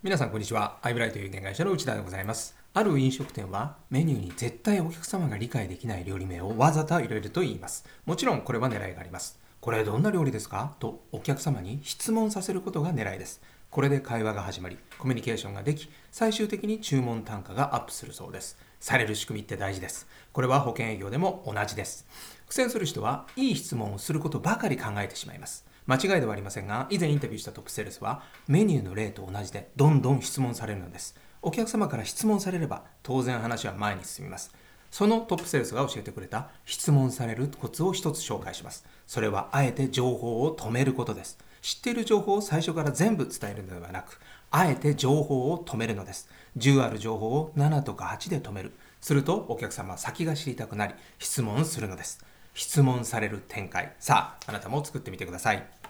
皆さんこんにちは。アイブライという有限会社の内田でございます。ある飲食店はメニューに絶対お客様が理解できない料理名をわざと入れると言います。もちろんこれは狙いがあります。これどんな料理ですかとお客様に質問させることが狙いです。これで会話が始まり、コミュニケーションができ、最終的に注文単価がアップするそうです。される仕組みって大事です。これは保険営業でも同じです。苦戦する人はいい質問をすることばかり考えてしまいます。間違いではありませんが、以前インタビューしたトップセールスはメニューの例と同じでどんどん質問されるのです。お客様から質問されれば当然話は前に進みます。そのトップセールスが教えてくれた質問されるコツを一つ紹介します。それはあえて情報を止めることです。知っている情報を最初から全部伝えるのではなく、あえて情報を止めるのです。10ある情報を7とか8で止める。するとお客様は先が知りたくなり質問するのです。質問される展開。さあ、あなたも作ってみてください。